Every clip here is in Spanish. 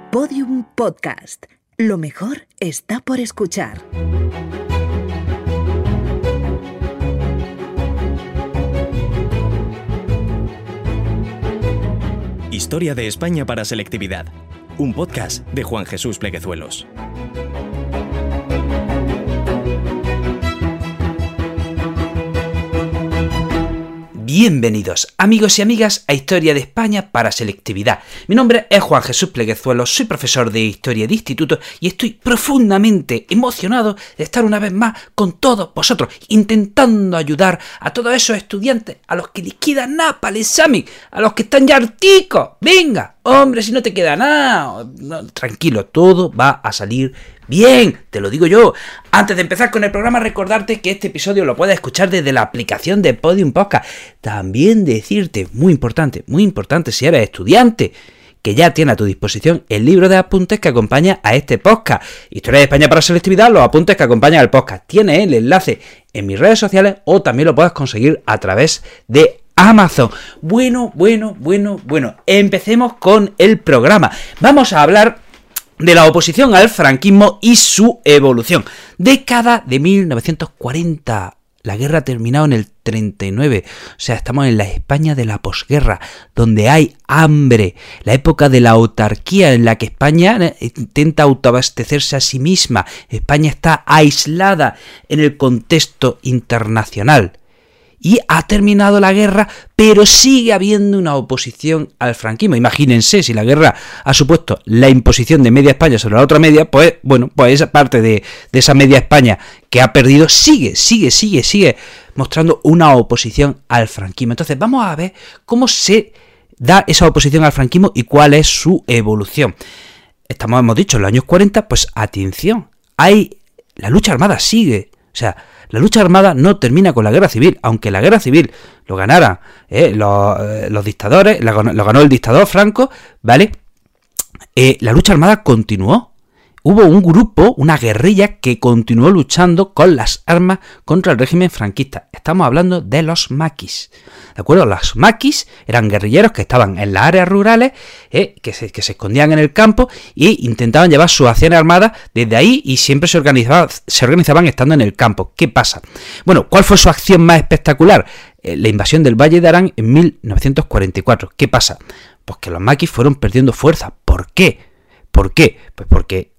Podium Podcast. Lo mejor está por escuchar. Historia de España para selectividad. Un podcast de Juan Jesús Pleguezuelos. Bienvenidos, amigos y amigas, a Historia de España para selectividad. Mi nombre es Juan Jesús Pleguezuelos, soy profesor de Historia de Instituto y estoy profundamente emocionado de estar una vez más con todos vosotros, intentando ayudar a todos esos estudiantes, a los que les queda nada para el examen, a los que están ya harticos. Venga, hombre, si no te queda nada, no, tranquilo, todo va a salir bien, te lo digo yo. Antes de empezar con el programa, recordarte que este episodio lo puedes escuchar desde la aplicación de Podium Podcast. También decirte, muy importante, si eres estudiante, que ya tiene a tu disposición el libro de apuntes que acompaña a este podcast. Historia de España para selectividad, los apuntes que acompañan al podcast. Tienes el enlace en mis redes sociales o también lo puedes conseguir a través de Amazon. Bueno, empecemos con el programa. Vamos a hablar de la oposición al franquismo y su evolución. Década de 1940. La guerra ha terminado en el 39. O sea, estamos en la España de la posguerra, donde hay hambre. La época de la autarquía, en la que España intenta autoabastecerse a sí misma. España está aislada en el contexto internacional. Y ha terminado la guerra, pero sigue habiendo una oposición al franquismo. Imagínense, si la guerra ha supuesto la imposición de media España sobre la otra media, pues esa parte de esa media España que ha perdido sigue mostrando una oposición al franquismo. Entonces vamos a ver cómo se da esa oposición al franquismo y cuál es su evolución. Hemos dicho, en los años 40, pues atención, la lucha armada sigue, o sea, la lucha armada no termina con la guerra civil, aunque la guerra civil lo ganaran los dictadores, lo ganó el dictador Franco, ¿vale? La lucha armada continuó. Hubo un grupo, una guerrilla que continuó luchando con las armas contra el régimen franquista. Estamos hablando de los maquis, ¿de acuerdo? Los maquis eran guerrilleros que estaban en las áreas rurales, que se escondían en el campo e intentaban llevar sus acciones armadas desde ahí y siempre se organizaban estando en el campo. ¿Qué pasa? Bueno, ¿cuál fue su acción más espectacular? La invasión del Valle de Arán en 1944. ¿Qué pasa? Pues que los maquis fueron perdiendo fuerza. ¿Por qué? Pues porque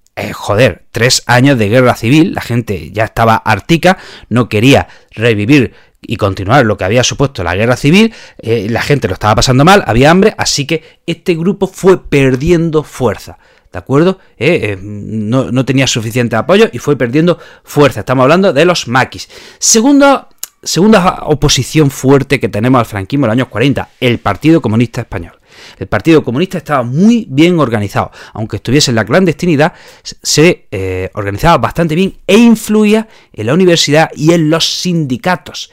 3 años de guerra civil, la gente ya estaba hartica, no quería revivir y continuar lo que había supuesto la guerra civil, la gente lo estaba pasando mal, había hambre, así que este grupo fue perdiendo fuerza, ¿de acuerdo? No tenía suficiente apoyo y fue perdiendo fuerza. Estamos hablando de los maquis. Segunda oposición fuerte que tenemos al franquismo en los años 40, el Partido Comunista Español. El Partido Comunista estaba muy bien organizado, aunque estuviese en la clandestinidad, se organizaba bastante bien e influía en la universidad y en los sindicatos.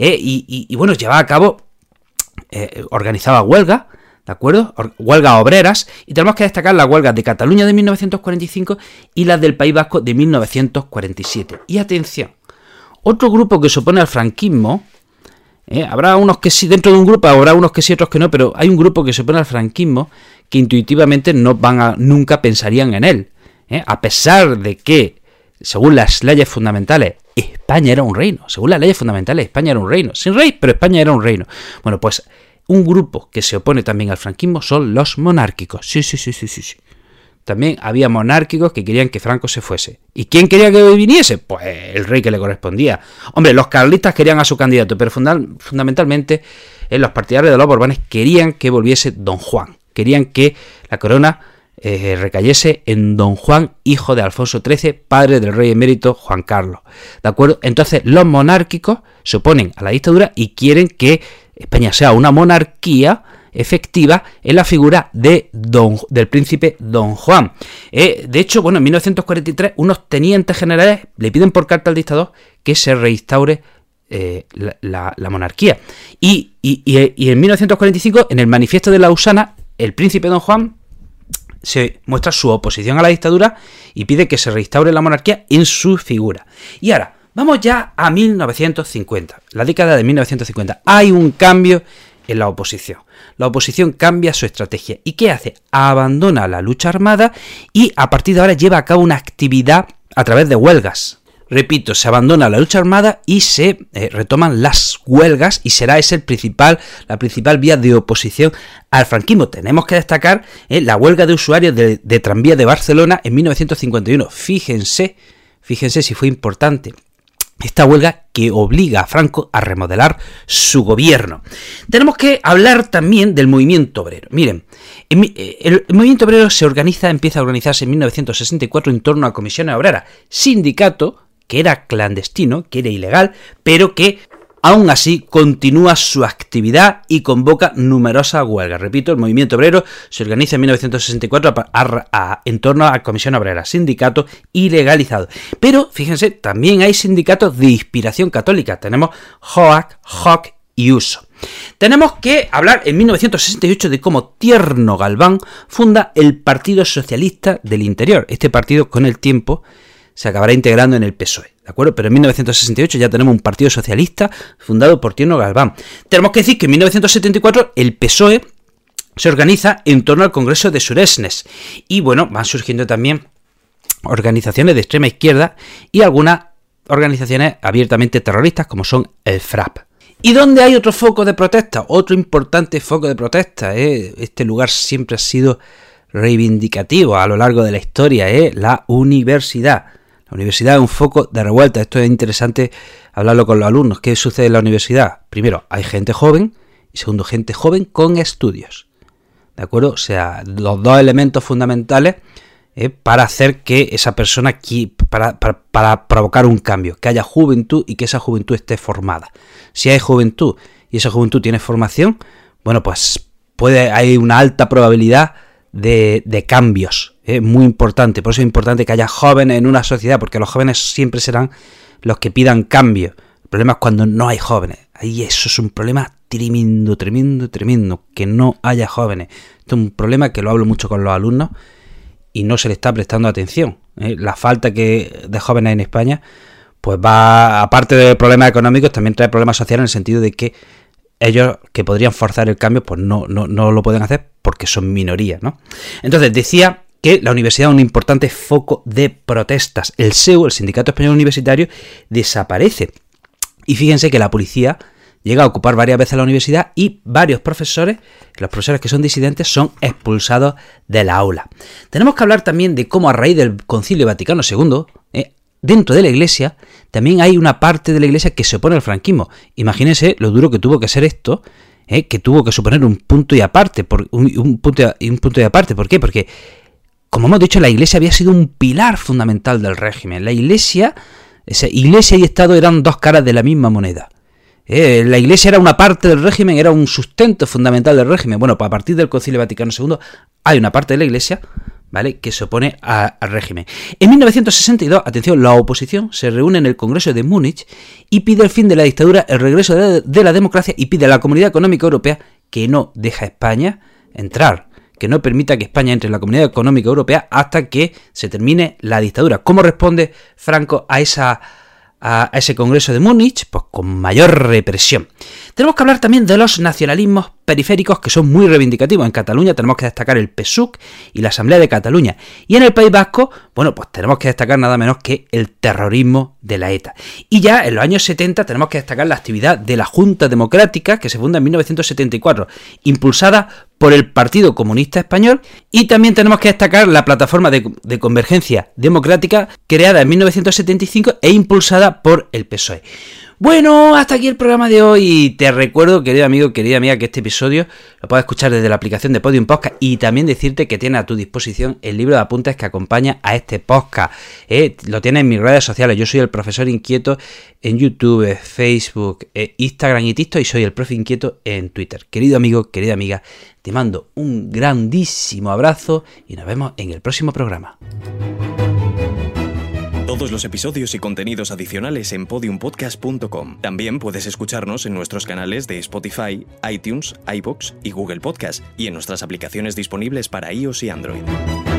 Llevaba a cabo, organizaba huelgas, ¿de acuerdo? Huelgas obreras, y tenemos que destacar las huelgas de Cataluña de 1945 y las del País Vasco de 1947. Y atención, otro grupo que se opone al franquismo, habrá unos que sí, dentro de un grupo habrá unos que sí, otros que no, pero hay un grupo que se opone al franquismo que intuitivamente nunca pensarían en él, a pesar de que, según las leyes fundamentales, España era un reino. Según las leyes fundamentales, España era un reino. Sin rey, pero España era un reino. Bueno, pues un grupo que se opone también al franquismo son los monárquicos. Sí. También había monárquicos que querían que Franco se fuese. ¿Y quién quería que viniese? Pues el rey que le correspondía. Hombre, los carlistas querían a su candidato, pero fundamentalmente los partidarios de los Borbones querían que volviese Don Juan. Querían que la corona recayese en Don Juan, hijo de Alfonso XIII, padre del rey emérito Juan Carlos. ¿De acuerdo? Entonces los monárquicos se oponen a la dictadura y quieren que España sea una monarquía efectiva en la figura del príncipe Don Juan. De hecho, en 1943 unos tenientes generales le piden por carta al dictador que se reinstaure la monarquía. Y en 1945, en el manifiesto de Lausana, el príncipe Don Juan se muestra su oposición a la dictadura y pide que se reinstaure la monarquía en su figura. Y ahora, vamos ya a 1950, la década de 1950. Hay un cambio en la oposición. la oposición cambia su estrategia. ¿Y qué hace? Abandona la lucha armada y a partir de ahora lleva a cabo una actividad a través de huelgas. Repito, se abandona la lucha armada y se retoman las huelgas y será esa la principal vía de oposición al franquismo. Tenemos que destacar la huelga de usuarios de tranvía de Barcelona en 1951. Fíjense si fue importante esta huelga que obliga a Franco a remodelar su gobierno. Tenemos que hablar también del movimiento obrero. Miren, el movimiento obrero empieza a organizarse en 1964 en torno a Comisiones Obreras, sindicato que era clandestino, que era ilegal, pero que aún así continúa su actividad y convoca numerosas huelgas. Repito, el movimiento obrero se organiza en 1964 en torno a Comisión Obrera, sindicato ilegalizado. Pero, fíjense, también hay sindicatos de inspiración católica. Tenemos JOAC, JOC y USO. Tenemos que hablar en 1968 de cómo Tierno Galván funda el Partido Socialista del Interior. Este partido, con el tiempo, se acabará integrando en el PSOE, ¿de acuerdo? Pero en 1968 ya tenemos un partido socialista fundado por Tierno Galván. Tenemos que decir que en 1974 el PSOE se organiza en torno al Congreso de Suresnes. Y bueno, van surgiendo también organizaciones de extrema izquierda y algunas organizaciones abiertamente terroristas como son el FRAP. ¿Y dónde hay otro foco de protesta? Otro importante foco de protesta. Este lugar siempre ha sido reivindicativo a lo largo de la historia, la universidad. La universidad es un foco de revuelta. Esto es interesante hablarlo con los alumnos. ¿Qué sucede en la universidad? Primero, hay gente joven y segundo, gente joven con estudios. ¿De acuerdo? O sea, los dos elementos fundamentales para hacer que esa persona, para provocar un cambio, que haya juventud y que esa juventud esté formada. Si hay juventud y esa juventud tiene formación, bueno, pues hay una alta probabilidad de cambios. Muy importante, por eso es importante que haya jóvenes en una sociedad, porque los jóvenes siempre serán los que pidan cambio. El problema es cuando no hay jóvenes. Ahí eso es un problema tremendo, que no haya jóvenes. Esto es un problema que lo hablo mucho con los alumnos y no se le está prestando atención. La falta de jóvenes en España, pues va, aparte de problemas económicos, también trae problemas sociales en el sentido de que ellos que podrían forzar el cambio, pues no lo pueden hacer porque son minorías, ¿no? Entonces decía que la universidad es un importante foco de protestas. El SEU, el Sindicato Español Universitario, desaparece. Y fíjense que la policía llega a ocupar varias veces la universidad y varios profesores, los profesores que son disidentes, son expulsados de la aula. Tenemos que hablar también de cómo a raíz del Concilio Vaticano II, dentro de la Iglesia, también hay una parte de la Iglesia que se opone al franquismo. Imagínense lo duro que tuvo que ser esto, que tuvo que suponer un punto y aparte. Un punto y aparte. ¿Por qué? Porque, como hemos dicho, la Iglesia había sido un pilar fundamental del régimen. La Iglesia y Estado eran dos caras de la misma moneda. La Iglesia era una parte del régimen, era un sustento fundamental del régimen. Bueno, pues a partir del Concilio Vaticano II hay una parte de la Iglesia, ¿vale?, que se opone al régimen. En 1962, atención, la oposición se reúne en el Congreso de Múnich y pide el fin de la dictadura, el regreso de la democracia y pide a la Comunidad Económica Europea que no deje a España entrar, que no permita que España entre en la Comunidad Económica Europea hasta que se termine la dictadura. ¿Cómo responde Franco a ese Congreso de Múnich? Pues con mayor represión. Tenemos que hablar también de los nacionalismos periféricos que son muy reivindicativos. En Cataluña tenemos que destacar el PSUC y la Asamblea de Cataluña. Y en el País Vasco, bueno, pues tenemos que destacar nada menos que el terrorismo de la ETA. Y ya en los años 70 tenemos que destacar la actividad de la Junta Democrática, que se funda en 1974, impulsada por el Partido Comunista Español, y también tenemos que destacar la Plataforma de Convergencia Democrática, creada en 1975 e impulsada por el PSOE. Bueno, hasta aquí el programa de hoy. Te recuerdo, querido amigo, querida amiga, que este episodio lo puedes escuchar desde la aplicación de Podium Podcast y también decirte que tienes a tu disposición el libro de apuntes que acompaña a este podcast. Lo tienes en mis redes sociales. Yo soy el Profesor Inquieto en YouTube, Facebook, Instagram y TikTok, y soy el Profe Inquieto en Twitter. Querido amigo, querida amiga, te mando un grandísimo abrazo y nos vemos en el próximo programa. Todos los episodios y contenidos adicionales en podiumpodcast.com. También puedes escucharnos en nuestros canales de Spotify, iTunes, iVoox y Google Podcast, y en nuestras aplicaciones disponibles para iOS y Android.